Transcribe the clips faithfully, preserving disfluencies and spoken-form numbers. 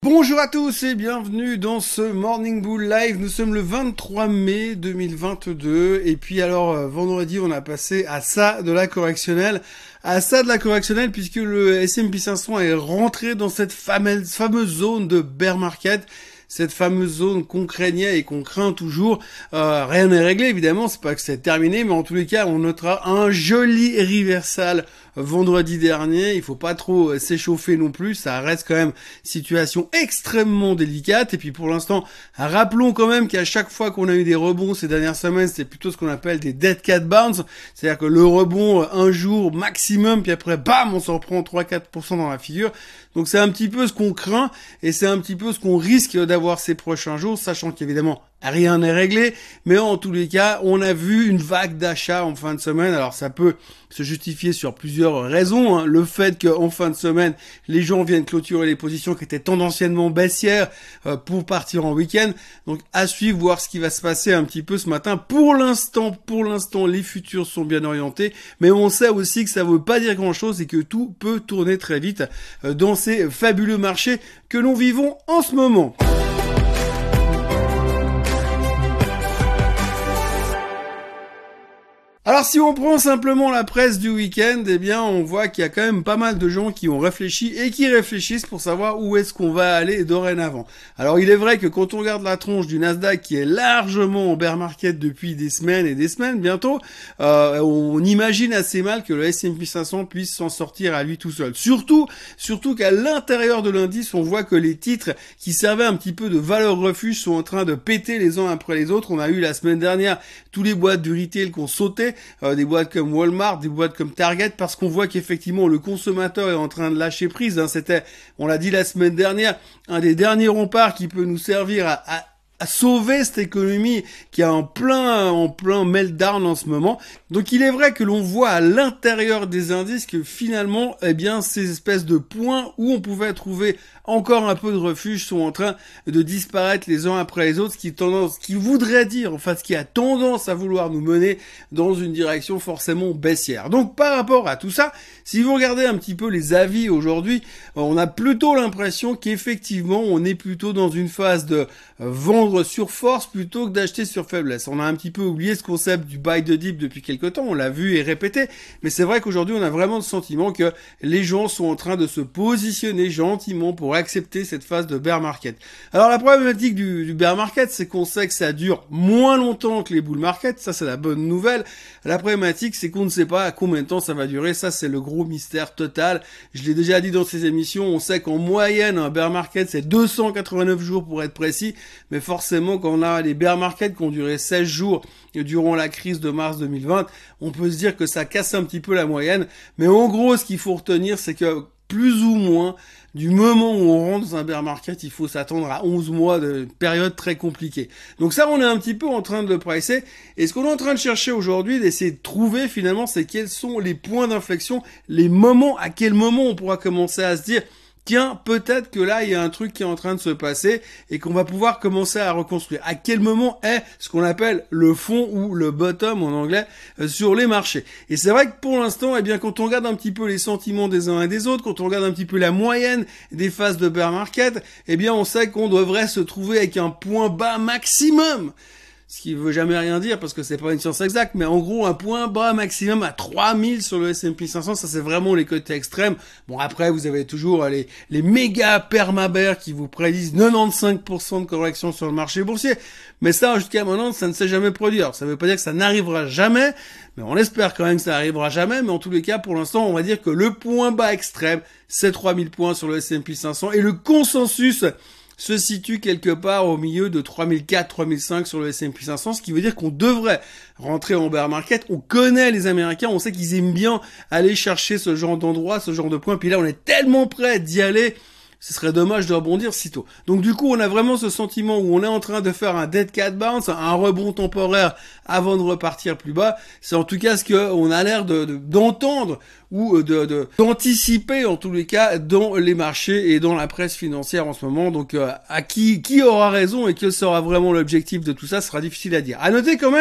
Bonjour à tous et bienvenue dans ce Morning Bull Live. Nous sommes le vingt-trois mai deux mille vingt-deux et puis alors euh, vendredi on a passé à ça de la correctionnelle, à ça de la correctionnelle puisque le S and P cinq cents est rentré dans cette fameuse, fameuse zone de bear market. Cette fameuse zone qu'on craignait et qu'on craint toujours. Euh, rien n'est réglé, évidemment, c'est pas que c'est terminé, mais en tous les cas, on notera un joli reversal vendredi dernier. Il faut pas trop s'échauffer non plus, ça reste quand même situation extrêmement délicate. Et puis pour l'instant, rappelons quand même qu'à chaque fois qu'on a eu des rebonds ces dernières semaines, c'est plutôt ce qu'on appelle des dead cat bounce, c'est-à-dire que le rebond un jour maximum, puis après, bam, on s'en prend trois à quatre pour cent dans la figure. Donc c'est un petit peu ce qu'on craint et c'est un petit peu ce qu'on risque d'avoir ces prochains jours, sachant qu'évidemment rien n'est réglé, mais en tous les cas, on a vu une vague d'achat en fin de semaine. Alors ça peut se justifier sur plusieurs raisons, hein. Le fait qu'en fin de semaine, les gens viennent clôturer les positions qui étaient tendanciellement baissières euh, pour partir en week-end. Donc à suivre, voir ce qui va se passer un petit peu ce matin. Pour l'instant, pour l'instant, les futurs sont bien orientés, mais on sait aussi que ça veut pas dire grand-chose et que tout peut tourner très vite euh, dans ces fabuleux marchés que nous vivons en ce moment. Alors si on prend simplement la presse du week-end, eh bien on voit qu'il y a quand même pas mal de gens qui ont réfléchi et qui réfléchissent pour savoir où est-ce qu'on va aller dorénavant. Alors il est vrai que quand on regarde la tronche du Nasdaq qui est largement en bear market depuis des semaines et des semaines bientôt, euh, on imagine assez mal que le S and P cinq cents puisse s'en sortir à lui tout seul. Surtout, surtout qu'à l'intérieur de l'indice, on voit que les titres qui servaient un petit peu de valeur refuge sont en train de péter les uns après les autres. On a eu la semaine dernière tous les boîtes du retail qu'on sautait. Euh, des boîtes comme Walmart, des boîtes comme Target, parce qu'on voit qu'effectivement le consommateur est en train de lâcher prise, hein. C'était, on l'a dit la semaine dernière, un des derniers remparts qui peut nous servir à, à à sauver cette économie qui est en plein, en plein meltdown en ce moment. Donc il est vrai que l'on voit à l'intérieur des indices que finalement, eh bien, ces espèces de points où on pouvait trouver encore un peu de refuge sont en train de disparaître les uns après les autres, ce qui tendance, ce qui voudrait dire, enfin, ce qui a tendance à vouloir nous mener dans une direction forcément baissière. Donc par rapport à tout ça, si vous regardez un petit peu les avis aujourd'hui, on a plutôt l'impression qu'effectivement, on est plutôt dans une phase de vendre sur force plutôt que d'acheter sur faiblesse. On a un petit peu oublié ce concept du buy the dip depuis quelque temps, on l'a vu et répété, mais c'est vrai qu'aujourd'hui on a vraiment le sentiment que les gens sont en train de se positionner gentiment pour accepter cette phase de bear market. Alors la problématique du, du bear market, c'est qu'on sait que ça dure moins longtemps que les bull market, ça c'est la bonne nouvelle. La problématique, c'est qu'on ne sait pas à combien de temps ça va durer, ça c'est le gros mystère total. Je l'ai déjà dit dans ces émissions, on sait qu'en moyenne un bear market c'est deux cent quatre-vingt-neuf jours pour être précis, mais forcément quand on a les bear markets qui ont duré seize jours durant la crise de mars deux mille vingt, on peut se dire que ça casse un petit peu la moyenne, mais en gros ce qu'il faut retenir, c'est que plus ou moins, du moment où on rentre dans un bear market, il faut s'attendre à onze mois de période très compliquée. Donc ça, on est un petit peu en train de le pricer. Et ce qu'on est en train de chercher aujourd'hui, d'essayer de trouver finalement, c'est quels sont les points d'inflexion, les moments, à quel moment on pourra commencer à se dire tiens, peut-être que là, il y a un truc qui est en train de se passer et qu'on va pouvoir commencer à reconstruire. À quel moment est ce qu'on appelle le fond ou le bottom en anglais euh, sur les marchés. Et c'est vrai que pour l'instant, eh bien, quand on regarde un petit peu les sentiments des uns et des autres, quand on regarde un petit peu la moyenne des phases de bear market, eh bien, on sait qu'on devrait se trouver avec un point bas maximum. Ce qui veut jamais rien dire parce que c'est pas une science exacte, mais en gros, un point bas maximum à trois mille sur le S and P cinq cents, ça c'est vraiment les côtés extrêmes. Bon, après, vous avez toujours les, les méga perma-bears qui vous prédisent quatre-vingt-quinze pour cent de correction sur le marché boursier. Mais ça, jusqu'à maintenant, ça ne s'est jamais produit. Alors, ça veut pas dire que ça n'arrivera jamais, mais on espère quand même que ça n'arrivera jamais. Mais en tous les cas, pour l'instant, on va dire que le point bas extrême, c'est trois mille points sur le S and P cinq cents et le consensus se situe quelque part au milieu de trois mille quatre, trois mille cinq sur le S and P cinq cents, ce qui veut dire qu'on devrait rentrer en bear market. On connaît les Américains, on sait qu'ils aiment bien aller chercher ce genre d'endroit, ce genre de point. Puis là, on est tellement prêt d'y aller, ce serait dommage de rebondir sitôt. Donc du coup, on a vraiment ce sentiment où on est en train de faire un dead cat bounce, un rebond temporaire avant de repartir plus bas. C'est en tout cas ce qu'on a l'air de, de, d'entendre ou de, de d'anticiper en tous les cas dans les marchés et dans la presse financière en ce moment. Donc euh, à qui qui aura raison et quel sera vraiment l'objectif de tout ça, ce sera difficile à dire. À noter quand même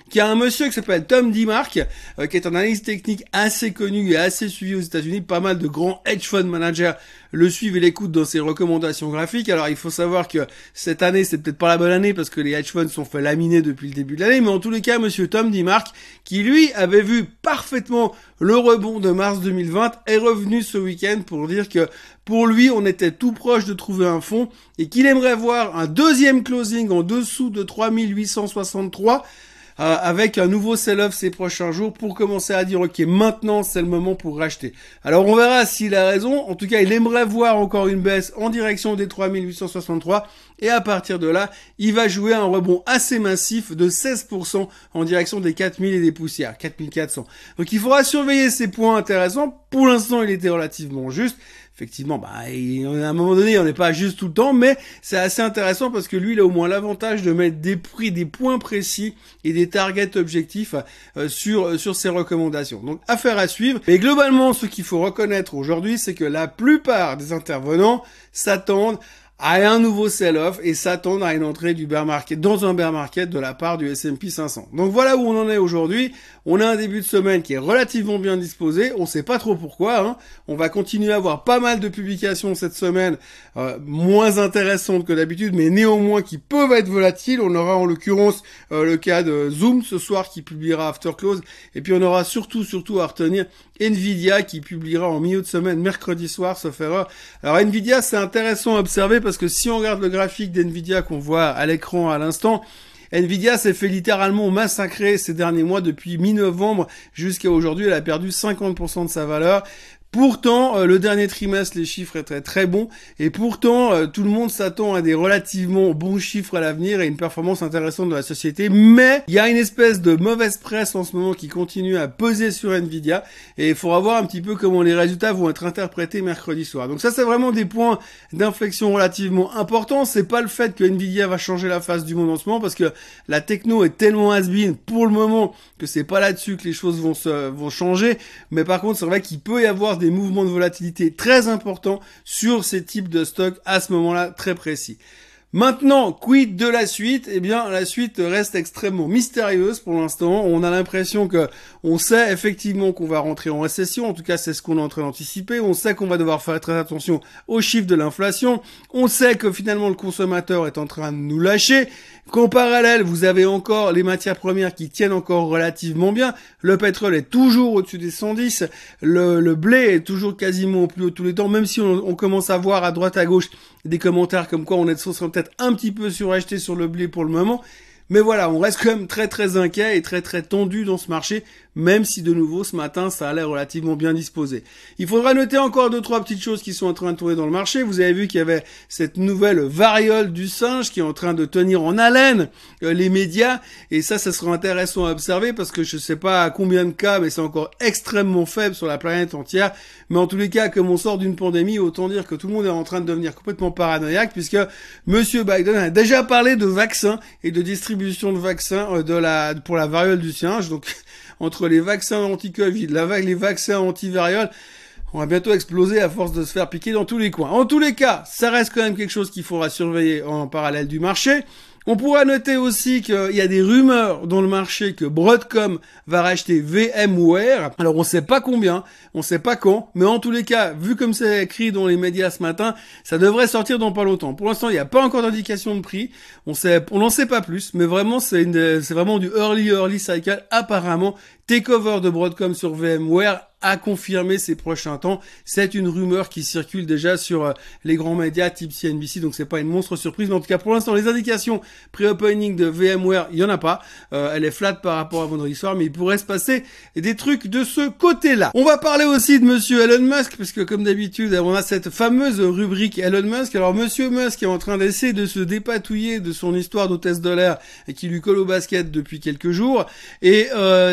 qu'il y a un monsieur qui s'appelle Tom DeMark, euh, qui est un analyste technique assez connu et assez suivi aux États-Unis. Pas mal de grands hedge fund managers le suivent et l'écoutent dans ses recommandations graphiques. Alors il faut savoir que cette année, c'est peut-être pas la bonne année parce que les hedge funds sont fait laminer depuis le début de l'année, mais en tous les cas, monsieur Tom DeMark, qui lui avait vu parfaitement le rebond de mars deux mille vingt, est revenu ce week-end pour dire que pour lui, on était tout proche de trouver un fond et qu'il aimerait voir un deuxième closing en dessous de trois mille huit cent soixante-trois euh, avec un nouveau sell-off ces prochains jours pour commencer à dire ok, maintenant c'est le moment pour racheter. Alors on verra s'il a raison. En tout cas, il aimerait voir encore une baisse en direction des trois mille huit cent soixante-trois et à partir de là, il va jouer un rebond assez massif de seize pour cent en direction des quatre mille et des poussières, quatre mille quatre cents. Donc il faudra surveiller ces points intéressants. Pour l'instant, il était relativement juste. Effectivement, bah, il, à un moment donné, on n'est pas juste tout le temps, mais c'est assez intéressant parce que lui, il a au moins l'avantage de mettre des prix, des points précis et des targets objectifs euh, sur sur ses recommandations. Donc, affaire à suivre. Et globalement, ce qu'il faut reconnaître aujourd'hui, c'est que la plupart des intervenants s'attendent à un nouveau sell-off et s'attendre à une entrée du bear market, dans un bear market de la part du S and P cinq cents. Donc voilà où on en est aujourd'hui. On a un début de semaine qui est relativement bien disposé. On sait pas trop pourquoi, hein. On va continuer à avoir pas mal de publications cette semaine, euh, moins intéressantes que d'habitude, mais néanmoins qui peuvent être volatiles. On aura en l'occurrence euh, le cas de Zoom ce soir qui publiera after close. Et puis on aura surtout, surtout à retenir Nvidia qui publiera en milieu de semaine, mercredi soir, sauf erreur. Alors Nvidia, c'est intéressant à observer parce que si on regarde le graphique d'Nvidia qu'on voit à l'écran à l'instant, Nvidia s'est fait littéralement massacrer ces derniers mois depuis mi-novembre jusqu'à aujourd'hui. Elle a perdu cinquante pour cent de sa valeur. Pourtant, euh, le dernier trimestre, les chiffres étaient très bons et pourtant, euh, tout le monde s'attend à des relativement bons chiffres à l'avenir et une performance intéressante de la société. Mais il y a une espèce de mauvaise presse en ce moment qui continue à peser sur Nvidia et il faudra voir un petit peu comment les résultats vont être interprétés mercredi soir. Donc ça, c'est vraiment des points d'inflexion relativement importants. C'est pas le fait que Nvidia va changer la face du monde en ce moment parce que la techno est tellement has-been pour le moment que c'est pas là-dessus que les choses vont se vont changer. Mais par contre, c'est vrai qu'il peut y avoir des mouvements de volatilité très importants sur ces types de stocks à ce moment-là très précis. Maintenant, quid de la suite? Eh bien, la suite reste extrêmement mystérieuse pour l'instant. On a l'impression que on sait effectivement qu'on va rentrer en récession. En tout cas, c'est ce qu'on est en train d'anticiper. On sait qu'on va devoir faire très attention aux chiffres de l'inflation. On sait que finalement le consommateur est en train de nous lâcher. Qu'en parallèle, vous avez encore les matières premières qui tiennent encore relativement bien. Le pétrole est toujours au-dessus des cent dix. Le, le blé est toujours quasiment au plus haut de tous les temps, même si on, on commence à voir à droite à gauche des commentaires comme quoi on est peut-être un petit peu suracheté sur le blé pour le moment. Mais voilà, on reste quand même très très inquiet et très très tendu dans ce marché, même si de nouveau ce matin ça a l'air relativement bien disposé. Il faudra noter encore deux trois petites choses qui sont en train de tourner dans le marché. Vous avez vu qu'il y avait cette nouvelle variole du singe qui est en train de tenir en haleine euh, les médias, et ça, ça sera intéressant à observer parce que je sais pas à combien de cas, mais c'est encore extrêmement faible sur la planète entière. Mais en tous les cas, comme on sort d'une pandémie, autant dire que tout le monde est en train de devenir complètement paranoïaque puisque Monsieur Biden a déjà parlé de vaccins et de distribution de vaccins de la pour la variole du singe. Donc entre les vaccins anti-Covid, la, les vaccins anti-variole, on va bientôt exploser à force de se faire piquer dans tous les coins. En tous les cas, ça reste quand même quelque chose qu'il faudra surveiller en parallèle du marché. On pourra noter aussi qu'il y a des rumeurs dans le marché que Broadcom va racheter VMware. Alors on sait pas combien, on sait pas quand, mais en tous les cas, vu comme c'est écrit dans les médias ce matin, ça devrait sortir dans pas longtemps. Pour l'instant, il n'y a pas encore d'indication de prix. On sait, on n'en sait pas plus, mais vraiment c'est une, c'est vraiment du early early cycle. Apparemment, takeover de Broadcom sur VMware à confirmer ces prochains temps. C'est une rumeur qui circule déjà sur euh, les grands médias type C N B C, donc c'est pas une monstre surprise. Mais en tout cas, pour l'instant, les indications pré-opening de VMware, il y en a pas. Euh, elle est flat par rapport à vendredi soir, mais il pourrait se passer des trucs de ce côté-là. On va parler aussi de Monsieur Elon Musk, parce que comme d'habitude, on a cette fameuse rubrique Elon Musk. Alors Monsieur Musk est en train d'essayer de se dépatouiller de son histoire d'hôtesse de l'air et qui lui colle au basket depuis quelques jours, et euh, ça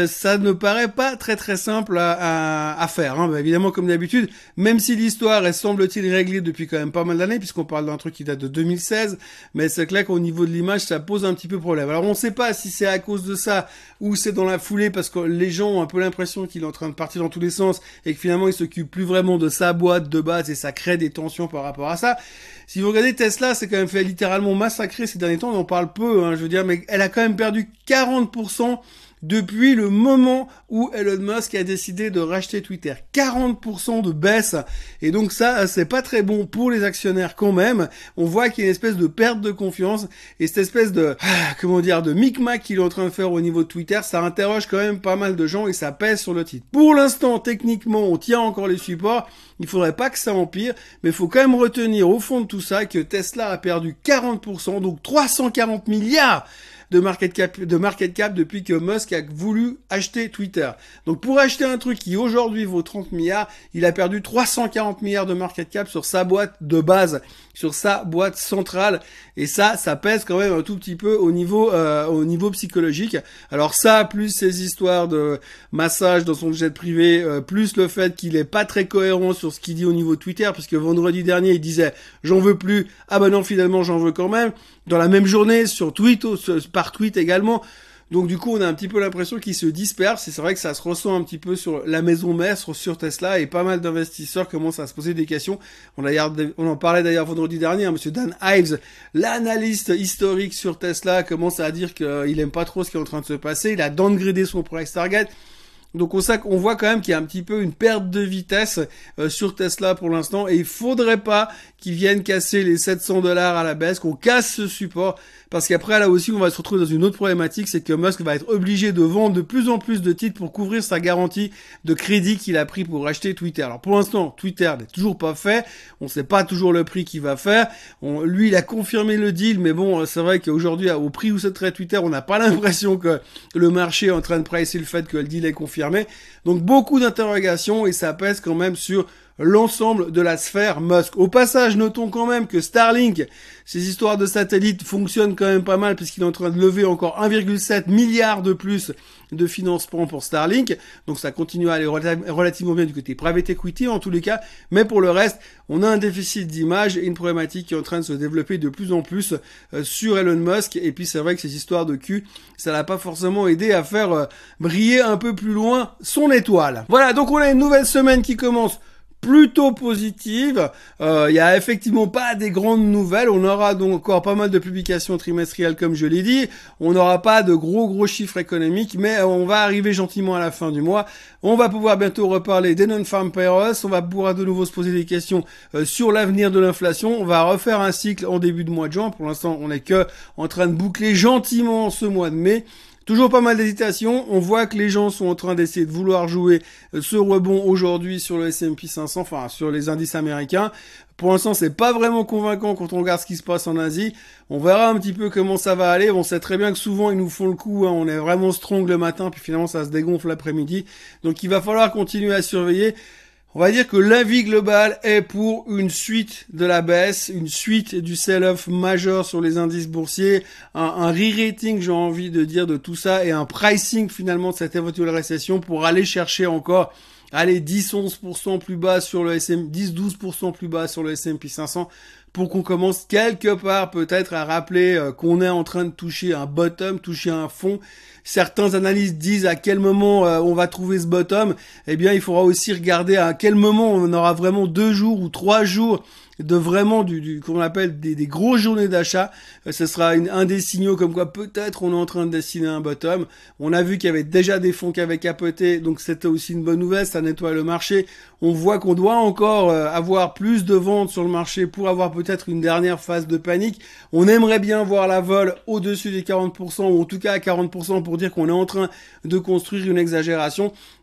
ne paraît pas très très simple à, à, à faire. Hein. Bah, évidemment, comme d'habitude, même si l'histoire, elle semble-t-il réglée depuis quand même pas mal d'années, puisqu'on parle d'un truc qui date de deux mille seize, mais c'est clair qu'au niveau de l'image, ça pose un petit peu problème. Alors on ne sait pas si c'est à cause de ça ou c'est dans la foulée, parce que les gens ont un peu l'impression qu'il est en train de partir dans tous les sens et que finalement il s'occupe plus vraiment de sa boîte de base et ça crée des tensions par rapport à ça. Si vous regardez Tesla, c'est quand même fait littéralement massacrer ces derniers temps, on en parle peu, hein, je veux dire, mais elle a quand même perdu quarante pour cent depuis le moment où Elon Musk a décidé de racheter Twitter. quarante pour cent de baisse. Et donc ça, c'est pas très bon pour les actionnaires quand même. On voit qu'il y a une espèce de perte de confiance et cette espèce de, ah, comment dire, de micmac qu'il est en train de faire au niveau de Twitter, ça interroge quand même pas mal de gens et ça pèse sur le titre. Pour l'instant, techniquement, on tient encore les supports. Il faudrait pas que ça empire, mais il faut quand même retenir au fond de tout ça que Tesla a perdu quarante pour cent, donc trois cent quarante milliards de market cap, de market cap depuis que Musk a voulu acheter Twitter. Donc pour acheter un truc qui aujourd'hui vaut trente milliards, il a perdu trois cent quarante milliards de market cap sur sa boîte de base, sur sa boîte centrale. Et ça, ça pèse quand même un tout petit peu au niveau, euh, au niveau psychologique. Alors ça, plus ces histoires de massage dans son jet privé, euh, plus le fait qu'il est pas très cohérent sur ce qu'il dit au niveau de Twitter, puisque vendredi dernier, il disait « j'en veux plus », ah ben non, finalement, j'en veux quand même. Dans la même journée, sur tweet, par tweet également. Donc du coup, on a un petit peu l'impression qu'il se disperse et c'est vrai que ça se ressent un petit peu sur la maison mère, sur Tesla et pas mal d'investisseurs commencent à se poser des questions. On, a, on en parlait d'ailleurs vendredi dernier, hein, monsieur Dan Ives, l'analyste historique sur Tesla, commence à dire qu'il aime pas trop ce qui est en train de se passer. Il a downgradé son price target. Donc on, sait, on voit quand même qu'il y a un petit peu une perte de vitesse euh, sur Tesla pour l'instant et il faudrait pas qu'ils viennent casser les sept cents dollars à la baisse, qu'on casse ce support parce qu'après là aussi on va se retrouver dans une autre problématique, c'est que Musk va être obligé de vendre de plus en plus de titres pour couvrir sa garantie de crédit qu'il a pris pour acheter Twitter. Alors pour l'instant Twitter n'est toujours pas fait, on sait pas toujours le prix qu'il va faire, on, lui il a confirmé le deal mais bon c'est vrai qu'aujourd'hui au prix où se traite Twitter on n'a pas l'impression que le marché est en train de pricer le fait que le deal est confirmé. Donc beaucoup d'interrogations et ça pèse quand même sur l'ensemble de la sphère Musk. Au passage, notons quand même que Starlink, ces histoires de satellites fonctionnent quand même pas mal puisqu'il est en train de lever encore un virgule sept milliard de plus de financement pour Starlink. Donc ça continue à aller relativement bien du côté private equity en tous les cas. Mais pour le reste, on a un déficit d'image et une problématique qui est en train de se développer de plus en plus euh, sur Elon Musk. Et puis c'est vrai que ces histoires de cul, ça l'a pas forcément aidé à faire euh, briller un peu plus loin son étoile. Voilà, donc on a une nouvelle semaine qui commence plutôt positive. Il euh, y a effectivement pas des grandes nouvelles. On aura donc encore pas mal de publications trimestrielles comme je l'ai dit. On n'aura pas de gros gros chiffres économiques, mais on va arriver gentiment à la fin du mois. On va pouvoir bientôt reparler des non-farm payrolls. On va pouvoir de nouveau se poser des questions euh, sur l'avenir de l'inflation. On va refaire un cycle en début de mois de juin. Pour l'instant, on n'est que en train de boucler gentiment ce mois de mai. Toujours pas mal d'hésitation. On voit que les gens sont en train d'essayer de vouloir jouer ce rebond aujourd'hui sur le S and P cinq cents, enfin sur les indices américains. Pour l'instant, c'est pas vraiment convaincant quand on regarde ce qui se passe en Asie. On verra un petit peu comment ça va aller. On sait très bien que souvent, ils nous font le coup. Hein. On est vraiment strong le matin, puis finalement, ça se dégonfle l'après-midi. Donc, il va falloir continuer à surveiller. On va dire que l'avis global est pour une suite de la baisse, une suite du sell-off majeur sur les indices boursiers, un, un re-rating, j'ai envie de dire, de tout ça, et un pricing finalement de cette éventuelle récession pour aller chercher encore, allez, dix à onze pour cent plus bas sur le S and P, dix à douze pour cent plus bas sur le S and P cinq cents, pour qu'on commence quelque part peut-être à rappeler euh, qu'on est en train de toucher un bottom, toucher un fond. Certains analystes disent à quel moment euh, on va trouver ce bottom. Eh bien, il faudra aussi regarder à quel moment on aura vraiment deux jours ou trois jours de vraiment du, du qu'on appelle des, des grosses journées d'achat. Euh, ce sera une, un des signaux comme quoi peut-être on est en train de dessiner un bottom. On a vu qu'il y avait déjà des fonds qui avaient capoté, donc c'était aussi une bonne nouvelle, ça nettoie le marché. On voit qu'on doit encore euh, avoir plus de ventes sur le marché pour avoir peut-être une dernière phase de panique. On aimerait bien voir la vol au-dessus des quarante pour cent ou en tout cas à quarante pour cent pour dire qu'on est en train de construire une exagération.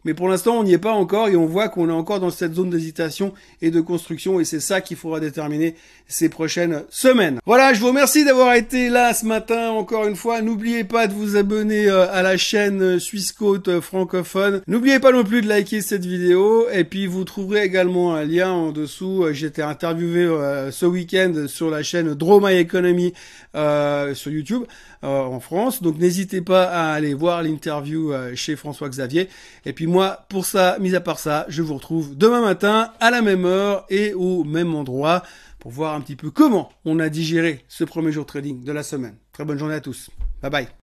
Mais pour l'instant, on n'y est pas encore et on voit qu'on est encore dans cette zone d'hésitation et de construction et c'est ça qu'il faudra déterminer ces prochaines semaines. Voilà, je vous remercie d'avoir été là ce matin encore une fois. N'oubliez pas de vous abonner à la chaîne Suisse Côte francophone. N'oubliez pas non plus de liker cette vidéo et puis vous trouverez également un lien en dessous. J'ai été interviewé euh, ce week-end sur la chaîne Draw My Economy euh, sur YouTube euh, en France. Donc n'hésitez pas à aller voir l'interview euh, chez François Xavier. Et puis moi, pour ça, mis à part ça, je vous retrouve demain matin à la même heure et au même endroit pour voir un petit peu comment on a digéré ce premier jour trading de la semaine. Très bonne journée à tous. Bye bye.